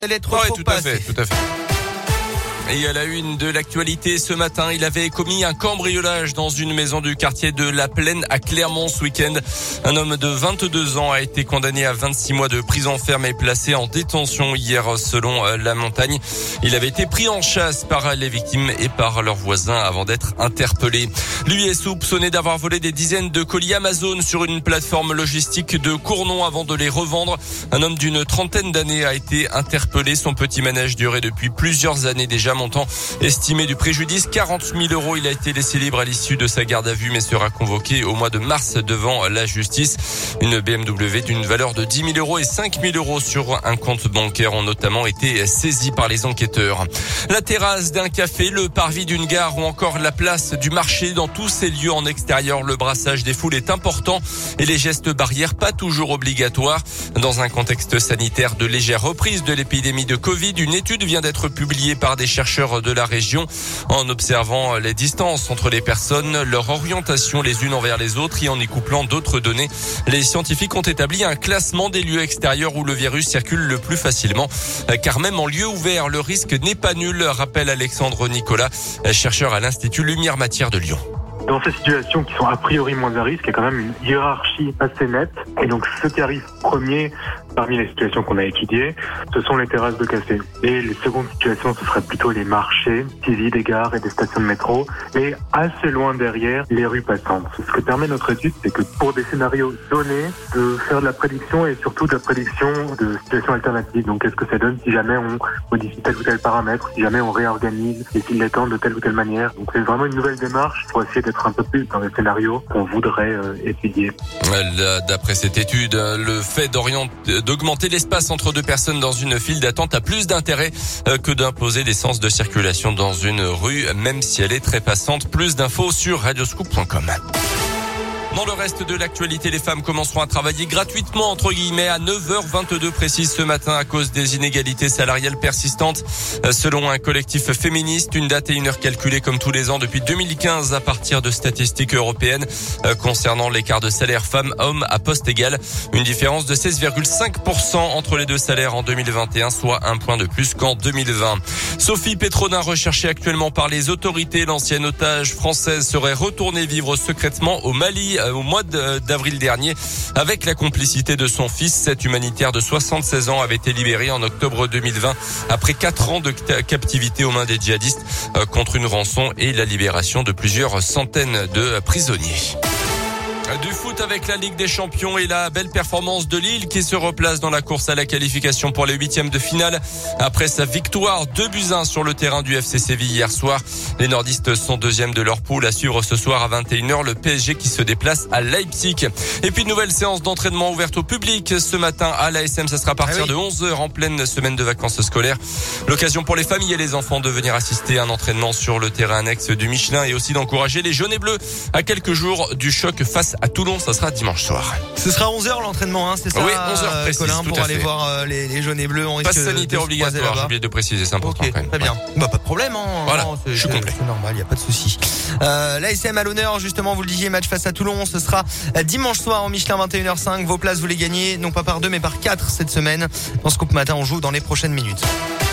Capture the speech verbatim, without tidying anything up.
lettre Ouais, faut tout pas à fait, tout à fait. Et à la une de l'actualité ce matin, il avait commis un cambriolage dans une maison du quartier de La Plaine à Clermont ce week-end. Un homme de vingt-deux ans a été condamné à vingt-six mois de prison ferme et placé en détention hier selon La Montagne. Il avait été pris en chasse par les victimes et par leurs voisins avant d'être interpellé. Lui est soupçonné d'avoir volé des dizaines de colis Amazon sur une plateforme logistique de Cournon avant de les revendre. Un homme d'une trentaine d'années a été interpellé. Son petit manège durait depuis plusieurs années déjà. Montant estimé du préjudice, quarante mille euros. Il a été laissé libre à l'issue de sa garde à vue, mais sera convoqué au mois de mars devant la justice. Une B M W d'une valeur de dix mille euros et cinq mille euros sur un compte bancaire ont notamment été saisis par les enquêteurs. La terrasse d'un café, le parvis d'une gare ou encore la place du marché, dans tous ces lieux en extérieur, le brassage des foules est important et les gestes barrières pas toujours obligatoires. Dans un contexte sanitaire de légère reprise de l'épidémie de Covid, une étude vient d'être publiée par des chercheurs de la région. En observant les distances entre les personnes, leur orientation les unes envers les autres et en y couplant d'autres données, les scientifiques ont établi un classement des lieux extérieurs où le virus circule le plus facilement. Car même en lieu ouvert, le risque n'est pas nul, rappelle Alexandre Nicolas, chercheur à l'Institut Lumière Matière de Lyon. Dans ces situations qui sont a priori moins à risque, il y a quand même une hiérarchie assez nette. Et donc, ce qui arrive premier parmi les situations qu'on a étudiées, ce sont les terrasses de café. Et les secondes situations, ce seraient plutôt les marchés, suivis des gares et des stations de métro. Et assez loin derrière, les rues passantes. Ce que permet notre étude, c'est que pour des scénarios donnés, de faire de la prédiction et surtout de la prédiction de situations alternatives. Donc, qu'est-ce que ça donne si jamais on modifie tel ou tel paramètre, si jamais on réorganise les files d'attente de telle ou telle manière. Donc, c'est vraiment une nouvelle démarche pour essayer d'être un peu plus dans les scénarios qu'on voudrait euh, étudier. D'après cette étude, le fait d'orienter, d'augmenter l'espace entre deux personnes dans une file d'attente a plus d'intérêt que d'imposer des sens de circulation dans une rue, même si elle est très passante. Plus d'infos sur radioscoop point com. Dans le reste de l'actualité, les femmes commenceront à travailler gratuitement, entre guillemets, à neuf heures vingt-deux précise ce matin à cause des inégalités salariales persistantes. Selon un collectif féministe, une date et une heure calculées comme tous les ans depuis deux mille quinze à partir de statistiques européennes concernant l'écart de salaire femmes-hommes à poste égal. Une différence de seize virgule cinq pour cent entre les deux salaires en deux mille vingt et un, soit un point de plus qu'en deux mille vingt. Sophie Petronin, recherchée actuellement par les autorités, l'ancienne otage française serait retournée vivre secrètement au Mali au mois d'avril dernier avec la complicité de son fils. Cet humanitaire de soixante-seize ans avait été libéré en octobre deux mille vingt après quatre ans de captivité aux mains des djihadistes contre une rançon et la libération de plusieurs centaines de prisonniers. Du foot avec la Ligue des Champions et la belle performance de Lille qui se replace dans la course à la qualification pour les huitièmes de finale après sa victoire deux buts à un sur le terrain du F C Séville hier soir. Les nordistes sont deuxièmes de leur poule. À suivre ce soir à vingt et une heures le P S G qui se déplace à Leipzig. Et puis nouvelle séance d'entraînement ouverte au public ce matin à l'A S M. Ça sera à partir ah oui. de onze heures en pleine semaine de vacances scolaires. L'occasion pour les familles et les enfants de venir assister à un entraînement sur le terrain annexe du Michelin et aussi d'encourager les jaunes et bleus à quelques jours du choc face à Toulon. Ça sera dimanche soir. Ce sera onze heures l'entraînement, hein, c'est ça? Oui, onze heures précise, Colin, pour aller fait. voir euh, les, les jaunes et bleus. On Passe sanitaire obligatoire, j'ai oublié de préciser, c'est important okay, quand même. Très bien. Ouais. Bah, pas de problème, hein. Voilà, non, je suis complet. C'est normal, il n'y a pas de souci. Euh, L'A S M à l'honneur, justement, vous le disiez, match face à Toulon. Ce sera dimanche soir en Michelin, vingt et une heures cinq. Vos places, vous les gagnez, non pas par deux, mais par quatre cette semaine. Dans Scoop Matin, on joue dans les prochaines minutes.